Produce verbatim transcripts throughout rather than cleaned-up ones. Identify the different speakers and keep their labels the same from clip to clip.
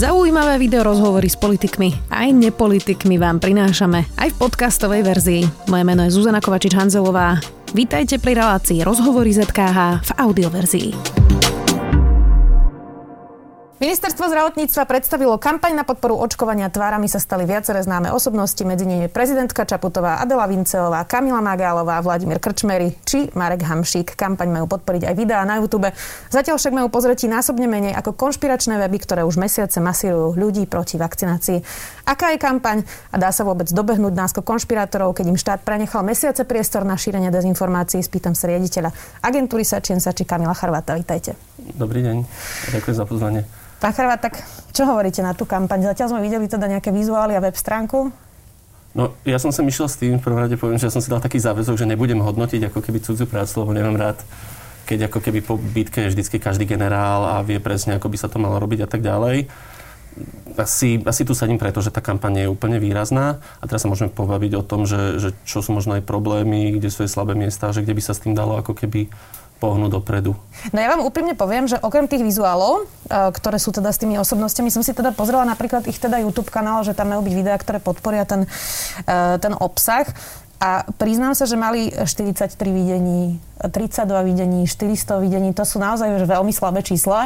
Speaker 1: Zaujímavé video rozhovory s politikmi aj nepolitikmi vám prinášame aj v podcastovej verzii. Moje meno je Zuzana Kovačič-Hanzelová. Vítajte pri relácii Rozhovory zet ká há v audioverzii. Ministerstvo zdravotníctva predstavilo kampaň na podporu očkovania. Tvárami sa stali viaceré známe osobnosti, medzi nimi prezidentka Čaputová, Adela Vinceová, Kamila Magálová, Vladimír Krčmery či Marek Hamšík. Kampaň majú podporiť aj videá na YouTube. Zatiaľ však majú pozretí násobne menej ako konšpiračné weby, ktoré už mesiace masírujú ľudí proti vakcinácii. Aká je kampaň a dá sa vôbec dobehnúť náskok konšpirátorov, keď im štát prenechal mesiace priestor na šírenie dezinformácií? Spýtam sa riaditeľa agentúry Sačiensa či Kamila Charváta. Vítajte.
Speaker 2: Dobrý deň. Ďakujem za pozvanie.
Speaker 1: Pán Charvát, tak čo hovoríte na tú kampaň? Zatiaľ sme videli teda nejaké vizuály a web stránku.
Speaker 2: No, ja som sa myšiel s tým, v prvom rade poviem, že ja som si dal taký záväzok, že nebudem hodnotiť ako keby cudziu prácu, lebo nemám rád, keď ako keby po bitke je vždycky každý generál a vie presne, ako by sa to malo robiť a tak ďalej. Asi, asi tu sedím preto, že tá kampaň je úplne výrazná a teraz sa môžeme pobaviť o tom, že, že čo sú možno aj problémy, kde sú aj slabé miesta, že kde by sa s tým dalo ako keby pohnúť dopredu. No ja vám úprimne poviem, že okrem tých vizuálov, ktoré sú teda s tými osobnostiami, som si teda pozrela napríklad ich teda YouTube kanál, že tam majú byť videá, ktoré podporia ten, ten obsah. A priznám sa, že mali štyridsaťtri videní, tridsaťdva videní, štyristo videní. To sú naozaj veľmi slabé čísla.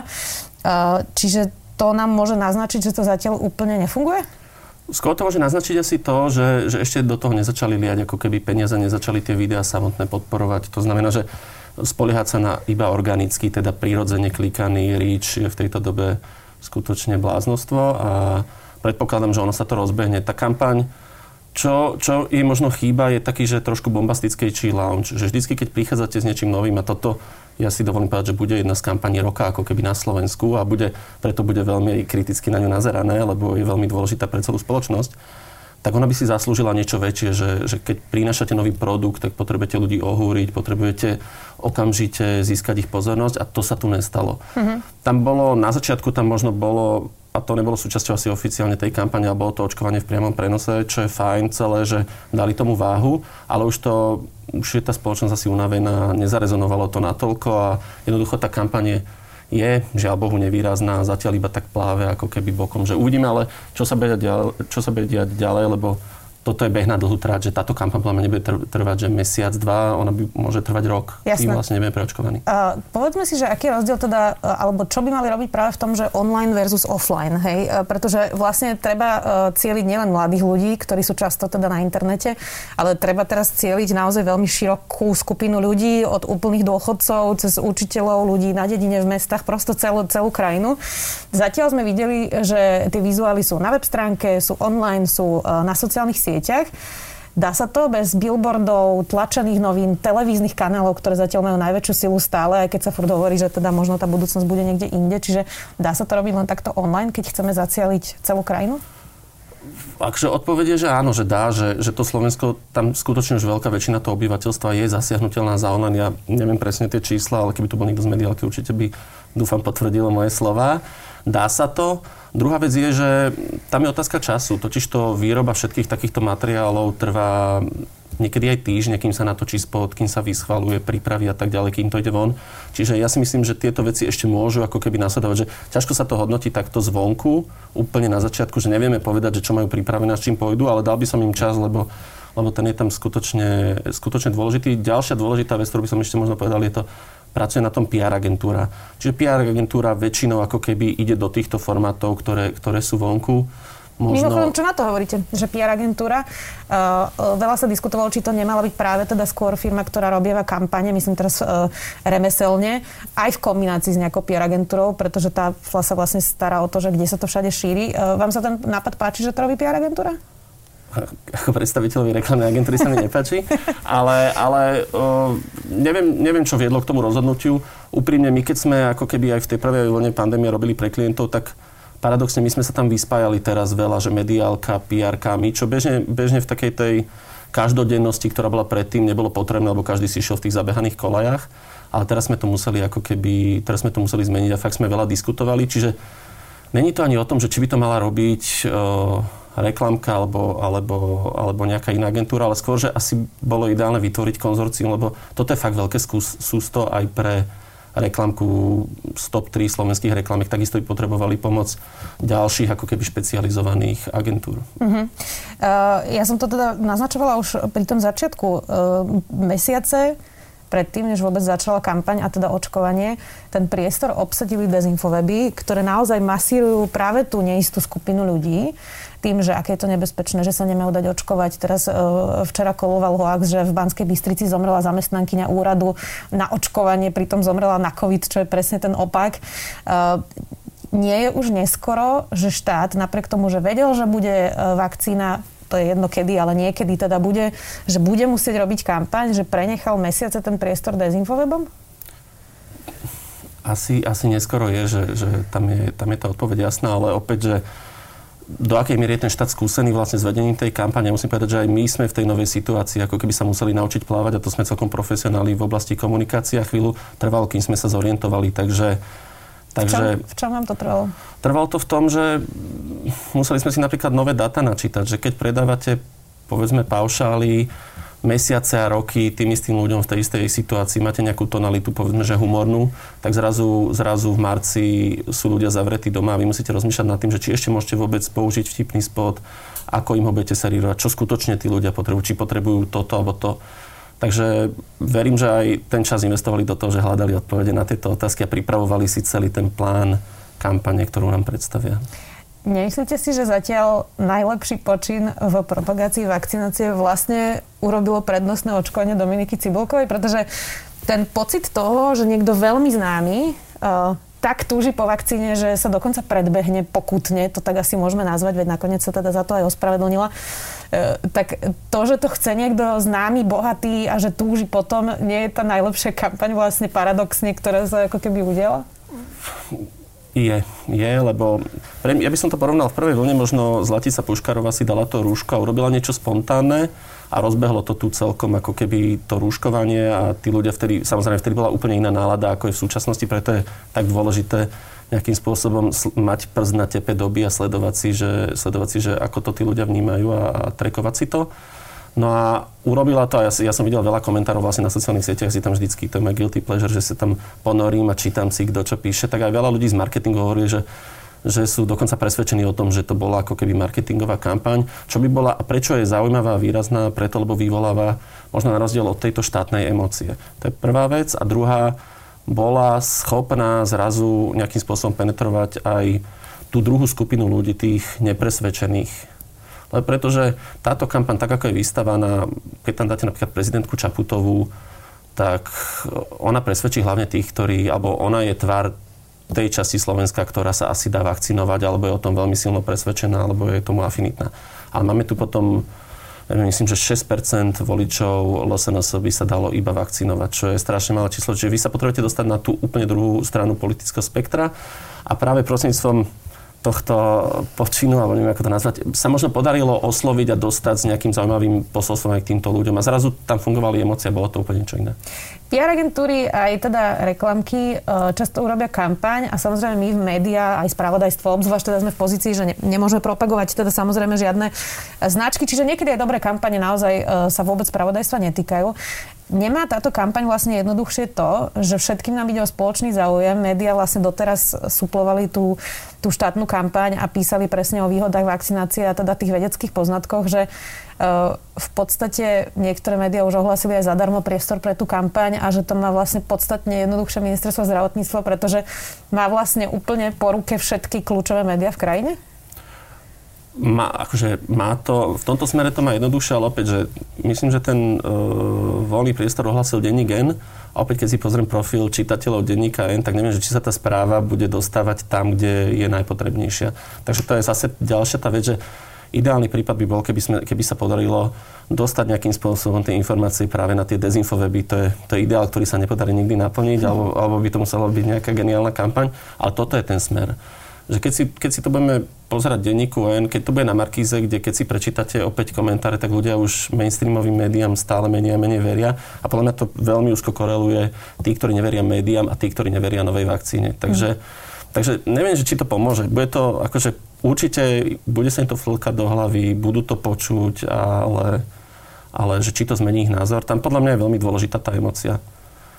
Speaker 2: Čiže to nám môže naznačiť, že to zatiaľ úplne nefunguje? Skôr to môže naznačiť asi to, že, že ešte do toho nezačali liať, ako keby peniaze nezačali tie videá samotné podporovať. To znamená, že spoliehať sa na iba organický, teda prírodzene klikaný reach je v tejto dobe skutočne bláznostvo a predpokladám, že ono sa to rozbehne. Tá kampaň, čo, čo je možno chýba, je taký, že trošku bombastickejší launch. Že vždycky, keď prichádzate s niečím novým a toto, ja si dovolím povedať, že bude jedna z kampaní roka ako keby na Slovensku a bude, preto bude veľmi kriticky na ňu nazerané, lebo je veľmi dôležitá pre celú spoločnosť, tak ona by si zaslúžila niečo väčšie, že, že keď prinášate nový produkt, tak potrebujete ľudí ohúriť, potrebujete okamžite získať ich pozornosť a to sa tu nestalo. Mm-hmm. Tam bolo, na začiatku tam možno bolo, a to nebolo súčasťou asi oficiálne tej kampane, ale bolo to očkovanie v priamom prenose, čo je fajn celé, že dali tomu váhu, ale už to, už je tá spoločnosť asi unavená, nezarezonovalo to natoľko a jednoducho tá kampaň je, žiaľ Bohu, nevýrazná, zatiaľ iba tak pláve ako keby bokom, že uvidíme, ale čo sa bude ďalej, čo sa bude diať ďalej, lebo toto je beh na dlhú trať, že táto kampaň podľa mňa nebude trvať, že mesiac, dva, ona by môže trvať rok. Jasné. Tým vlastne nebudeme preočkovaní. Uh, povedzme si, že aký je rozdiel teda, alebo čo by mali robiť práve v tom, že online versus offline, hej? Uh, pretože vlastne treba uh, cieliť nielen mladých ľudí, ktorí sú často teda na internete, ale treba teraz cieliť naozaj veľmi širokú skupinu ľudí, od úplných dôchodcov, cez učiteľov, ľudí na dedine, v mestách, prosto celú, celú krajinu. Zatiaľ sme videli, že tie vizuály sú na web stránke, sú online, sú uh, na sociálnych sieťach. Dá sa to bez billboardov, tlačených novín, televíznych kanálov, ktoré zatiaľ majú najväčšiu silu stále, aj keď sa furt hovorí, že teda možno tá budúcnosť bude niekde inde. Čiže dá sa to robiť len takto online, keď chceme zacieliť celú krajinu? Takže odpoveď je, že áno, že dá, že, že to Slovensko, tam skutočne už veľká väčšina toho obyvateľstva je zasiahnutelná za online. Ja neviem presne tie čísla, ale keby tu bol niekto z mediálky, určite by, dúfam, potvrdilo moje slová. Dá sa to. Druhá vec je, že tam je otázka času. Totižto výroba všetkých takýchto materiálov trvá niekedy aj týždeň, kým sa natočí spot, kým sa vyschvaľuje, prípravy a tak ďalej, kým to ide von. Čiže ja si myslím, že tieto veci ešte môžu ako keby nasledovať, že ťažko sa to hodnotí takto zvonku, úplne na začiatku, že nevieme povedať, že čo majú pripravené, s čím pôjdu, ale dal by som im čas, lebo, lebo ten je tam skutočne, skutočne dôležitý. Ďalšia dôležitá vec, ktorú by som ešte možno povedal, je to, pracuje na tom pé er agentúra. Čiže pé er agentúra väčšinou ako keby ide do týchto formátov, ktoré, ktoré sú vonku. Možno...
Speaker 1: Mimochodom, čo na to hovoríte? Že pé er agentúra, uh, veľa sa diskutovalo, či to nemala byť práve teda skôr firma, ktorá robieva kampane, myslím teraz uh, remeselne, aj v kombinácii s nejakou pé er agentúrou, pretože tá sa vlastne stará o to, že kde sa to všade šíri. Uh, vám sa ten nápad páči, že to robí pé er agentúra?
Speaker 2: Ako predstaviteľovi reklamnej agentúry sa mi nepáči, ale, ale o, neviem, neviem, čo viedlo k tomu rozhodnutiu. Úprimne, my keď sme ako keby aj v tej prvej vlne pandémie robili pre klientov, tak paradoxne my sme sa tam vyspájali teraz veľa, že mediálka, pé erka, my, čo bežne, bežne v takej tej každodennosti, ktorá bola predtým, nebolo potrebné, lebo každý si šiel v tých zabehaných kolajach, ale teraz sme to museli ako keby, teraz sme to museli zmeniť a fakt sme veľa diskutovali, čiže není to ani o tom, že či by to mala robiť o, reklamka alebo, alebo, alebo nejaká iná agentúra, ale skôr, že asi bolo ideálne vytvoriť konzorcium, lebo toto je fakt veľké skús, sústo aj pre reklamku z top tri slovenských reklamiek, takisto by potrebovali pomoc ďalších ako keby špecializovaných agentúr.
Speaker 1: Uh-huh. Uh, ja som to teda naznačovala už pri tom začiatku. Uh, mesiace predtým, než vôbec začala kampaň a teda očkovanie, ten priestor obsadili dezinfoweby, ktoré naozaj masírujú práve tú neistú skupinu ľudí tým, že aké je to nebezpečné, že sa nemajú dať očkovať. Teraz e, včera koloval hoax, že v Banskej Bystrici zomrela zamestnankyňa úradu na očkovanie, pritom zomrela na COVID, čo je presne ten opak. E, nie je už neskoro, že štát napriek tomu, že vedel, že bude vakcína, to je jedno kedy, ale niekedy teda bude, že bude musieť robiť kampaň, že prenechal mesiace ten priestor dezinfowebom?
Speaker 2: Asi, asi neskoro je, že, že tam, je, tam je tá odpoveď jasná, ale opäť, že do akej miery je ten štát skúsený vlastne s vedením tej kampane. Musím povedať, že aj my sme v tej novej situácii, ako keby sa museli naučiť plávať, a to sme celkom profesionáli v oblasti komunikácie a chvíľu trvalo, kým sme sa zorientovali, takže Takže,
Speaker 1: v čom vám to trvalo?
Speaker 2: Trvalo to v tom, že museli sme si napríklad nové dáta načítať, že keď predávate, povedzme, paušály mesiace a roky tým istým ľuďom v tej istej situácii, máte nejakú tonalitu, povedzme, že humornú, tak zrazu, zrazu v marci sú ľudia zavretí doma a vy musíte rozmýšľať nad tým, že či ešte môžete vôbec použiť vtipný spot, ako im ho budete serírovať, čo skutočne tí ľudia potrebujú, či potrebujú toto alebo to. Takže verím, že aj ten čas investovali do toho, že hľadali odpovede na tieto otázky a pripravovali si celý ten plán kampane, ktorú nám predstavia.
Speaker 1: Nemyslíte si, že zatiaľ najlepší počin v propagácii vakcinácie vlastne urobilo prednostné očkovanie Dominiky Cibulkovej? Pretože ten pocit toho, že niekto veľmi známy uh, tak túži po vakcíne, že sa dokonca predbehne pokutne, to tak asi môžeme nazvať, veď nakoniec sa teda za to aj ospravedlnila, Uh, tak to, že to chce niekto známy, bohatý a že túži potom, nie je tá najlepšia kampaň vlastne paradoxne, ktorá sa ako keby udiala?
Speaker 2: Je, je, lebo pre, ja by som to porovnal v prvej vlne, možno Zlatica Puškárová si dala to rúško a urobila niečo spontánne a rozbehlo to tu celkom ako keby to rúškovanie a tí ľudia vtedy, samozrejme vtedy bola úplne iná nálada, ako je v súčasnosti, preto je tak dôležité nejakým spôsobom sl- mať prst na tepe doby a sledovať si, že, sledovať si, že ako to tí ľudia vnímajú a, a trekovať si to. No a urobila to, a ja, ja som videl veľa komentárov vlastne na sociálnych sieťach, si tam vždycky, to je môj guilty pleasure, že sa tam ponorím a čítam si, kto čo píše, tak aj veľa ľudí z marketingu hovorí, že, že sú dokonca presvedčení o tom, že to bola ako keby marketingová kampaň, čo by bola, a prečo je zaujímavá a výrazná, preto, lebo vyvoláva možno na rozdiel od tejto štátnej emócie. To je prvá vec. A druhá, bola schopná zrazu nejakým spôsobom penetrovať aj tú druhú skupinu ľudí, tých nepresvedčených. Ale pretože táto kampaň, tak ako je vystavaná, keď tam dáte napríklad prezidentku Čaputovú, tak ona presvedčí hlavne tých, ktorí, alebo ona je tvár tej časti Slovenska, ktorá sa asi dá vakcinovať, alebo je o tom veľmi silno presvedčená, alebo je tomu afinitná. Ale máme tu potom, myslím, že šesť percent voličov el es en es by sa dalo iba vakcinovať, čo je strašne malé číslo. Čiže vy sa potrebujete dostať na tú úplne druhú stranu politického spektra a práve prostredníctvom tohto počinu, alebo neviem, ako to nazvať, sa možno podarilo osloviť a dostať s nejakým zaujímavým posolstvom aj k týmto ľuďom. A zrazu tam fungovali emócie, bolo to úplne niečo iné.
Speaker 1: pé er agentúry aj teda reklamky často urobia kampaň a samozrejme my v médiá, aj spravodajstvo, obzvlášť teda sme v pozícii, že ne, nemôžeme propagovať teda samozrejme žiadne značky, čiže niekedy aj dobré kampane naozaj sa vôbec spravodajstva netýkajú. Nemá táto kampaň vlastne jednoduchšie to, že všetkým nám ide o spoločný záujem. Média vlastne doteraz suplovali tú, tú štátnu kampaň a písali presne o výhodách vakcinácie a teda tých vedeckých poznatkoch, že uh, v podstate niektoré médiá už ohlasili aj zadarmo priestor pre tú kampaň a že to má vlastne podstatne jednoduchšie ministerstvo zdravotníctva, pretože má vlastne úplne po ruke všetky kľúčové médiá v krajine?
Speaker 2: Má, akože má to, v tomto smere to má jednoduchšie, ale opäť, že myslím, že ten uh, voľný priestor ohlasil denník N a opäť, keď si pozriem profil čitateľov denníka N, tak neviem, že či sa tá správa bude dostávať tam, kde je najpotrebnejšia. Takže to je zase ďalšia tá vec, že ideálny prípad by bol, keby, sme, keby sa podarilo dostať nejakým spôsobom tie informácie práve na tie dezinfoweby. To je, to je ideál, ktorý sa nepodarí nikdy naplniť, alebo, alebo by to musela byť nejaká geniálna kampaň, ale toto je ten smer. Že keď si, keď si to budeme pozerať denníku N, keď to bude na Markíze, kde keď si prečítate opäť komentáre, tak ľudia už mainstreamovým médiám stále menej a menej veria. A podľa mňa to veľmi úzko koreluje tí, ktorí neveria médiám a tí, ktorí neveria novej vakcíne. Takže, mm. takže neviem, že či to pomôže. Bude to, akože určite, bude sa im to vtlkať do hlavy, budú to počuť, ale, ale že či to zmení ich názor, tam podľa mňa je veľmi dôležitá tá emócia.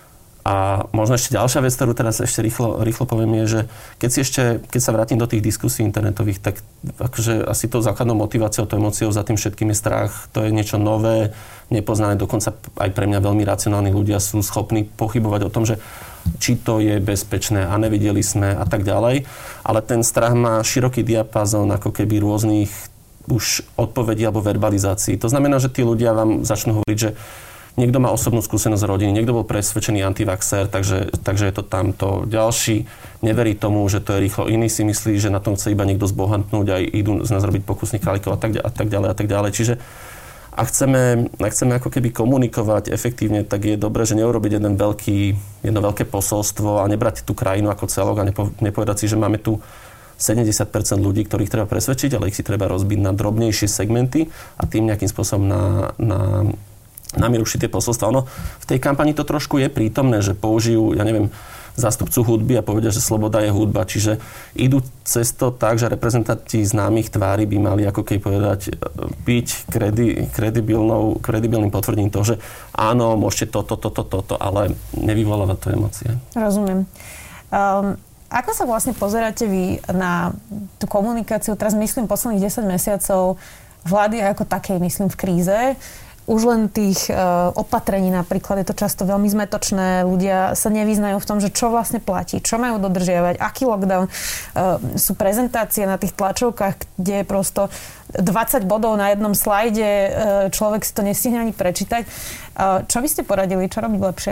Speaker 2: A možno ešte ďalšia vec, ktorú teraz ešte rýchlo, rýchlo poviem, je, že keď si ešte, keď sa vrátim do tých diskusí internetových, tak akože asi tou základnou motiváciou, tou emóciou za tým všetkým je strach. To je niečo nové, nepoznané, dokonca aj pre mňa veľmi racionálni ľudia sú schopní pochybovať o tom, že či to je bezpečné a nevideli sme a tak ďalej. Ale ten strach má široký diapazón ako keby rôznych už odpovedí alebo verbalizácií. To znamená, že tí ľudia vám začnú hovoriť, že niekto má osobnú skúsenosť z rodiny, niekto bol presvedčený antivaxer, takže, takže je to tamto. Ďalší neverí tomu, že to je rýchlo. Iný si myslí, že na tom chce iba niekto zbohatnúť a idú z nás robiť pokusných králikov a tak, a tak ďalej a tak ďalej. Čiže ak chceme, ak chceme ako keby komunikovať efektívne, tak je dobré, že neurobiť jeden veľký, jedno veľké posolstvo a nebrať tú krajinu ako celok a nepo, nepovedať si, že máme tu sedemdesiat percent ľudí, ktorých treba presvedčiť, ale ich si treba rozbiť na drobnejšie segmenty a tým nejakým spôsobom na, na nami rušiť tie posolstva. Ono v tej kampani to trošku je prítomné, že použijú, ja neviem, zástupcu hudby a povedia, že sloboda je hudba. Čiže idú cez to tak, že reprezentanti známych tvári by mali ako keby povedať, byť kredi, kredibilnou, kredibilným potvrdením toho, že áno, môžete toto, toto, toto, ale nevyvoláva to emócie.
Speaker 1: Rozumiem. Um, ako sa vlastne pozeráte vy na tú komunikáciu, teraz myslím posledných desať mesiacov vlády ako takej, myslím v kríze, už len tých uh, opatrení napríklad je to často veľmi zmetočné. Ľudia sa nevyznajú v tom, že čo vlastne platí, čo majú dodržiavať, aký lockdown. Uh, sú prezentácie na tých tlačovkách, kde je prosto dvadsať bodov na jednom slajde, uh, človek si to nestihne ani prečítať. Uh, čo by ste poradili? Čo robiť lepšie?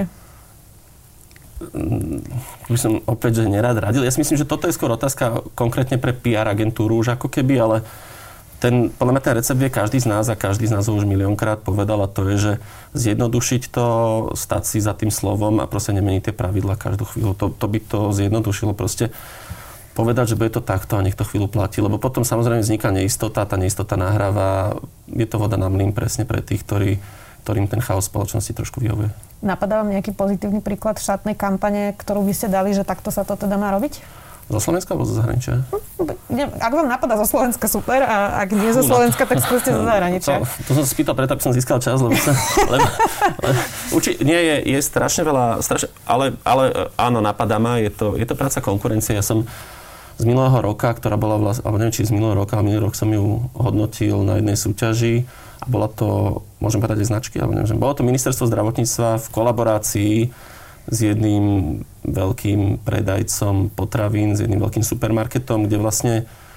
Speaker 2: By som opäť, že nerád radil. Ja si myslím, že toto je skôr otázka konkrétne pre pé er agentúru už ako keby, ale ten, podľa mňa ten recept vie každý z nás a každý z nás ho už miliónkrát povedal a to je, že zjednodušiť to, stať si za tým slovom a proste nemeniť tie pravidlá každú chvíľu. To, to by to zjednodušilo proste povedať, že bude to takto a nech to chvíľu platí, lebo potom samozrejme vzniká neistota, tá neistota nahráva, je to voda na mlyn presne pre tých, ktorí, ktorým ten chaos spoločnosti trošku vyhovuje. Napadá
Speaker 1: vám nejaký pozitívny príklad štátnej kampane, ktorú by ste dali, že takto sa to teda má robiť?
Speaker 2: Zo Slovenska alebo zo zahraničia?
Speaker 1: Ak vám napadá zo Slovenska, super, a ak nie zo Slovenska, tak skúste zo zahraničia.
Speaker 2: To, to som sa spýtal preto, aby som získal čas, lebo sa... lebo, le, uči, nie, je, je strašne veľa, strašne, ale, ale áno, napadá ma, je to, je to práca konkurencie. Ja som z minulého roka, ktorá bola vlastne, alebo neviem, či z minulého roka, ale minulý rok som ju hodnotil na jednej súťaži a bola to, môžem povedať aj značky, alebo neviem, bolo to Ministerstvo zdravotníctva v kolaborácii s jedným veľkým predajcom potravín, s jedným veľkým supermarketom, kde vlastne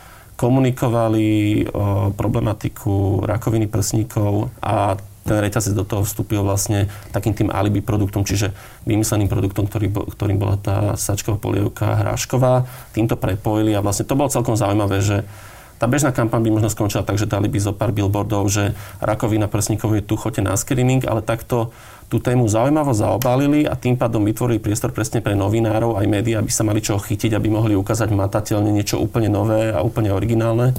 Speaker 2: komunikovali o problematiku rakoviny prsníkov a ten reťazec do toho vstúpil vlastne takým tým alibi produktom, čiže vymysleným produktom, ktorý, ktorým bola tá sačková polievka hrášková. Týmto prepojili a vlastne to bolo celkom zaujímavé, že tá bežná kampaň by možno skončila tak, že dali by zo pár billboardov, že rakovina prsníkov je tu, choďte na screening, ale takto tú tému zaujímavo zaobálili a tým pádom vytvorili priestor presne pre novinárov aj médiá, aby sa mali čo chytiť, aby mohli ukázať matateľne niečo úplne nové a úplne originálne.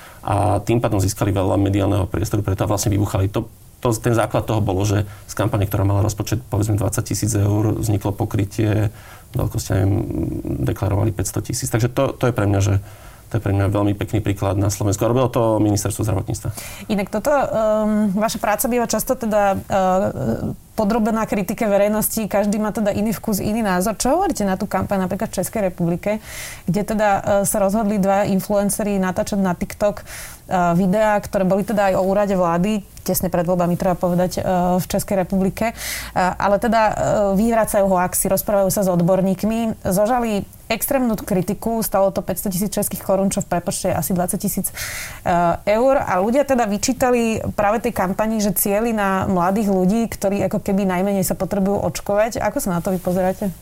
Speaker 2: A tým pádom získali veľa mediálneho priestoru, preto vlastne vybuchali. To, to, ten základ toho bolo, že z kampane, ktorá mala rozpočet povedzme dvadsať tisíc eur, vzniklo pokrytie veľkosti, neviem, deklarovali päťsto tisíc. Takže to, to je pre mňa, že to je pre mňa veľmi pekný príklad na Slovensku. A robilo to Ministerstvo zdravotníctva.
Speaker 1: Inak toto, um, vaša práca býva často teda uh, podrobená kritike verejnosti. Každý má teda iný vkus, iný názor. Čo hovoríte na tú kampaň napríklad v Českej republike, kde teda uh, sa rozhodli dva influenceri natáčať na TikTok uh, videá, ktoré boli teda aj o úrade vlády, tesne pred voľbami, treba povedať, uh, v Českej republike. Uh, ale teda uh, vyvracajú hoaxy, rozprávajú sa s odborníkmi, zožali extrémnu kritiku, stalo to päťsto tisíc českých korún, čo v prepočte je asi dvadsať tisíc eur. A ľudia teda vyčítali práve tej kampani, že cieli na mladých ľudí, ktorí ako keby najmenej sa potrebujú očkovať. Ako sa na to vy pozeráte?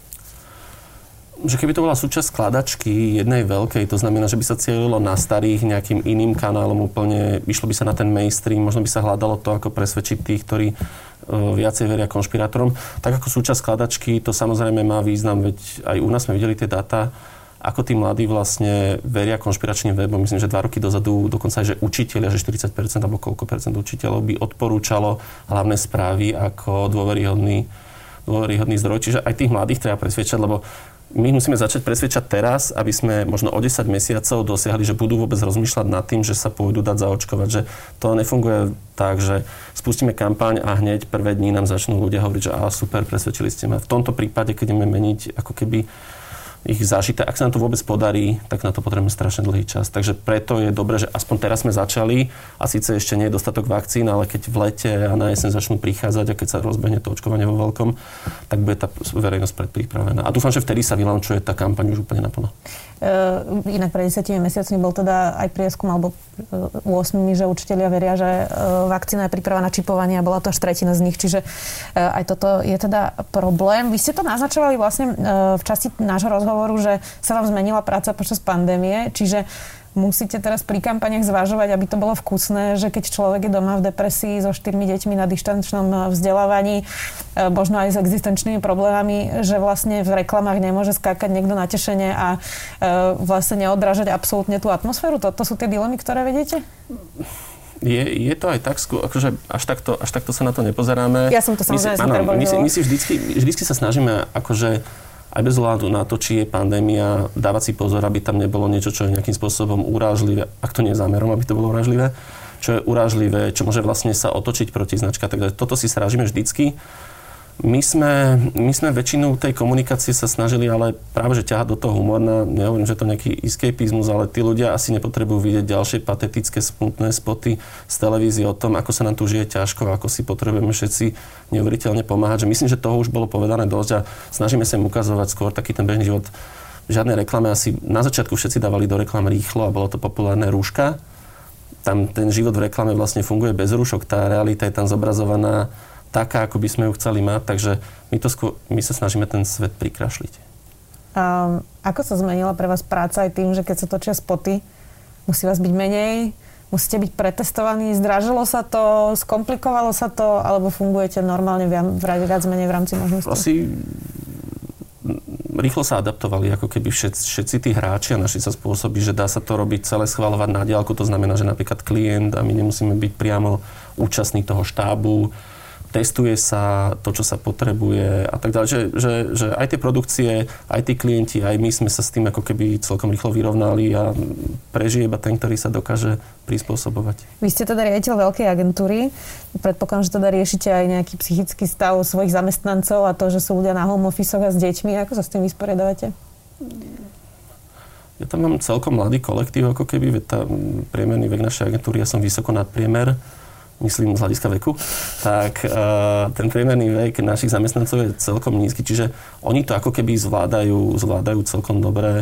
Speaker 2: Že keby to bola súčasť skladačky jednej veľkej, to znamená, že by sa cielilo na starých nejakým iným kanálom úplne, vyšlo by sa na ten mainstream, možno by sa hľadalo to, ako presvedčiť tých, ktorí viacej veria konšpirátorom. Tak ako súčasť skladačky, to samozrejme má význam, veď aj u nás sme videli tie dáta, ako tí mladí vlastne veria konšpiračným webom. Myslím, že dva roky dozadu dokonca aj, že učitelia, že štyridsať percent alebo koľko percent učiteľov by odporúčalo hlavné správy ako dôveryhodný, dôveryhodný zdroj. Čiže aj tých mladých treba presvedčať, lebo my musíme začať presvedčať teraz, aby sme možno o desať mesiacov dosiahli, že budú vôbec rozmýšľať nad tým, že sa pôjdu dať zaočkovať. Že to nefunguje tak, že spustíme kampaň a hneď prvé dni nám začnú ľudia hovoriť, že á, super, presvedčili ste ma. V tomto prípade, keď ideme meniť ako keby ich zažité, ak sa nám to vôbec podarí, tak na to potrebujeme strašne dlhý čas. Takže preto je dobré, že aspoň teraz sme začali a síce ešte nie je dostatok vakcín, ale keď v lete a na jeseň začnú prichádzať a keď sa rozbehne to očkovanie vo veľkom, tak bude tá verejnosť predpripravená. A dúfam, že vtedy sa vylančuje tá kampaň už úplne naplno.
Speaker 1: Uh, inak pred desiatimi mesiacmi bol teda aj prieskum, alebo ôsmimi, že učitelia veria, že uh, vakcína je príprava na čipovanie a bola to až tretina z nich, čiže uh, aj toto je teda problém. Vy ste to naznačovali vlastne uh, v časti nášho rozhovoru, že sa vám zmenila práca počas pandémie, čiže musíte teraz pri kampaniach zvažovať, aby to bolo vkusné, že keď človek je doma v depresii so štyrmi deťmi na dištančnom vzdelávaní, možno aj s existenčnými problémami, že vlastne v reklamách nemôže skákať niekto na tešenie a vlastne neodrážať absolútne tú atmosféru. Toto sú tie dilemy, ktoré vedete?
Speaker 2: Je, je to aj tak, akože až takto, až takto sa na to nepozeráme.
Speaker 1: Ja som to samozrejme
Speaker 2: my, my, my si vždycky, vždycky sa snažíme akože aj bez ohľadu na to, či je pandémia, dávať si pozor, aby tam nebolo niečo, čo je nejakým spôsobom urážlivé, ak to nie je zámerom, aby to bolo urážlivé, čo je urážlivé, čo môže vlastne sa otočiť proti značke. Takže toto si strážime vždycky. My sme, my sme väčšinu tej komunikácie sa snažili ale práve že ťahať do toho humorna. Nehovorím, že to je nejaký escapizmus, ale tí ľudia asi nepotrebujú vidieť ďalšie patetické, smutné spoty z televízie o tom, ako sa nám tu žije ťažko, ako si potrebujeme všetci neuveriteľne pomáhať. Že myslím, že toho už bolo povedané dosť a snažíme sa im ukazovať skôr taký ten bežný život. V žiadnej reklame asi na začiatku všetci dávali do reklam rýchlo a bolo to populárne rúška. Tam ten život v reklame vlastne funguje bez rúšok. Tá realita je tam zobrazovaná taká, ako by sme ju chceli mať, takže my, to skôr, my sa snažíme ten svet prikrašliť.
Speaker 1: Um, ako sa zmenila pre vás práca aj tým, že keď sa točia spoty, musí vás byť menej, musíte byť pretestovaní, zdražilo sa to, skomplikovalo sa to, alebo fungujete normálne viac, viac menej v rámci možností?
Speaker 2: Asi rýchlo sa adaptovali, ako keby všetci, všetci tí hráči a našli sa spôsoby, že dá sa to robiť celé schvaľovať na diaľku, to znamená, že napríklad klient a my nemusíme byť priamo účastní toho štábu, testuje sa to, čo sa potrebuje a tak ďalej, že, že, že aj tie produkcie, aj tí klienti, aj my sme sa s tým ako keby celkom rýchlo vyrovnali a prežije iba ten, ktorý sa dokáže prispôsobovať. Vy
Speaker 1: ste teda riaditeľ veľkej agentúry. Predpokladám, že teda riešite aj nejaký psychický stav svojich zamestnancov a to, že sú ľudia na home office-och a s deťmi. Ako sa s tým vysporiadavate?
Speaker 2: Ja tam mám celkom mladý kolektív, ako keby, veď tá priemerný vek našej agentúry, ja som vysoko nad priemer, myslím z hľadiska veku, tak uh, ten priemerný vek našich zamestnancov je celkom nízky, čiže oni to ako keby zvládajú, zvládajú celkom dobre.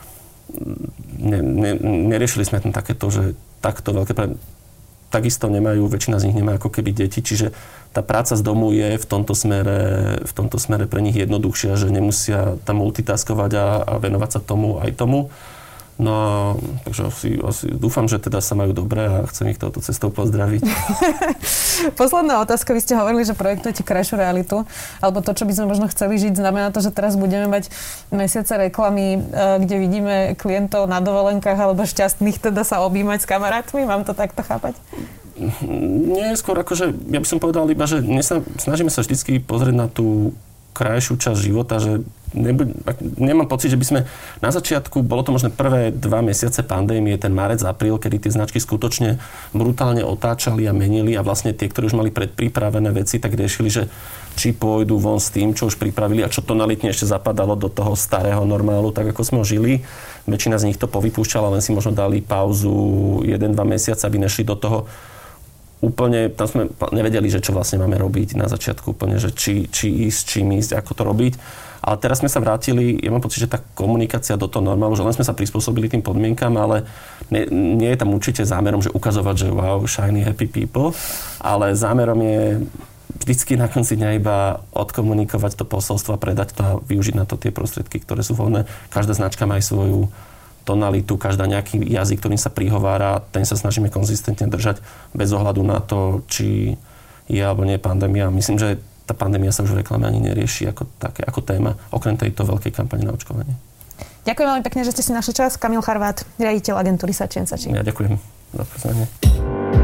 Speaker 2: Ne, ne, neriešili sme tam takéto, že takto veľké pre... Takisto nemajú, väčšina z nich nemá ako keby deti, čiže tá práca z domu je v tomto smere, v tomto smere pre nich jednoduchšia, že nemusia tam multitaskovať a, a venovať sa tomu aj tomu. No, takže asi, asi dúfam, že teda sa majú dobre a chcem ich touto cestou pozdraviť.
Speaker 1: Posledná otázka. Vy ste hovorili, že projektujete krajšiu realitu, alebo to, čo by sme možno chceli žiť, znamená to, že teraz budeme mať mesiace reklamy, kde vidíme klientov na dovolenkách alebo šťastných teda sa objímať s kamarátmi? Mám to takto chápať?
Speaker 2: Nie, skôr akože, ja by som povedal iba, že sa, snažíme sa vždycky pozrieť na tú krajšiu časť života, že nebuď, nemám pocit, že by sme na začiatku, bolo to možno prvé dva mesiace pandémie, ten marec, apríl, kedy tie značky skutočne brutálne otáčali a menili a vlastne tie, ktorí už mali predpripravené veci, tak riešili, že či pôjdu von s tým, čo už pripravili a čo tonalitne ešte zapadalo do toho starého normálu, tak ako sme ho žili. Väčšina z nich to povypúšťala, len si možno dali pauzu jeden dva mesiace, aby nešli do toho úplne, tam sme nevedeli, že čo vlastne máme robiť na začiatku úplne, že či, či ísť, čím ísť, ako to robiť. Ale teraz sme sa vrátili, ja mám pocit, že tá komunikácia do toho normálu, že len sme sa prispôsobili tým podmienkam, ale nie, nie je tam určite zámerom, že ukazovať, že wow, shiny, happy people, ale zámerom je vždycky na konci dňa iba odkomunikovať to posolstvo a predať to a využiť na to tie prostriedky, ktoré sú voľné. Každá značka má aj svoju tonalitu, každá nejaký jazyk, ktorým sa prihovára, ten sa snažíme konzistentne držať bez ohľadu na to, či je alebo nie pandémia. Myslím, že tá pandémia sa už v reklame ani nerieši ako, také, ako téma, okrem tejto veľkej kampane na očkovanie.
Speaker 1: Ďakujem veľmi pekne, že ste si našli čas. Kamil Charvát, riaditeľ agentúry Saatchi and Saatchi.
Speaker 2: Ja ďakujem za pozvanie.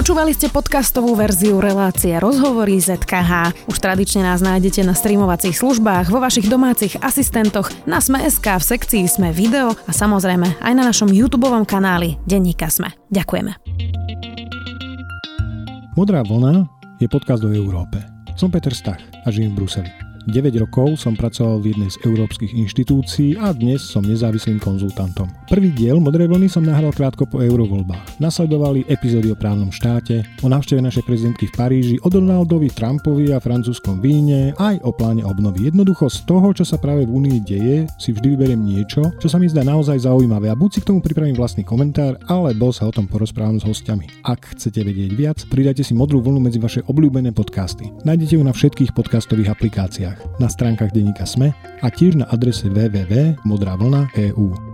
Speaker 1: Počúvali ste podcastovú verziu relácie Rozhovory zet ká há. Už tradične nás nájdete na streamovacích službách, vo vašich domácich asistentoch, na Sme bodka es ká v sekcii Sme video a samozrejme aj na našom YouTubeovom kanáli Denníka Sme. Ďakujeme.
Speaker 3: Modrá vlna je podcast o Európe. Som Peter Stach a žijem v Bruseli. deväť rokov som pracoval v jednej z európskych inštitúcií a dnes som nezávislým konzultantom. Prvý diel Modrej vlny som nahral krátko po eurovoľbách. Nasledovali epizódy o právnom štáte, o návšteve našej prezidentky v Paríži, o Donaldovi Trumpovi a francúzskom víne, aj o pláne obnovy. Jednoducho z toho, čo sa práve v Únii deje, si vždy vyberiem niečo, čo sa mi zdá naozaj zaujímavé a buď si k tomu pripravím vlastný komentár, alebo sa o tom porozprávam s hostiami. Ak chcete vedieť viac, pridajte si Modrú vlnu medzi vaše obľúbené podcasty. Nájdete ju na všetkých podcastových aplikáciách, na stránkach denníka Sme a tiež na adrese w w w bodka modravlna bodka e u.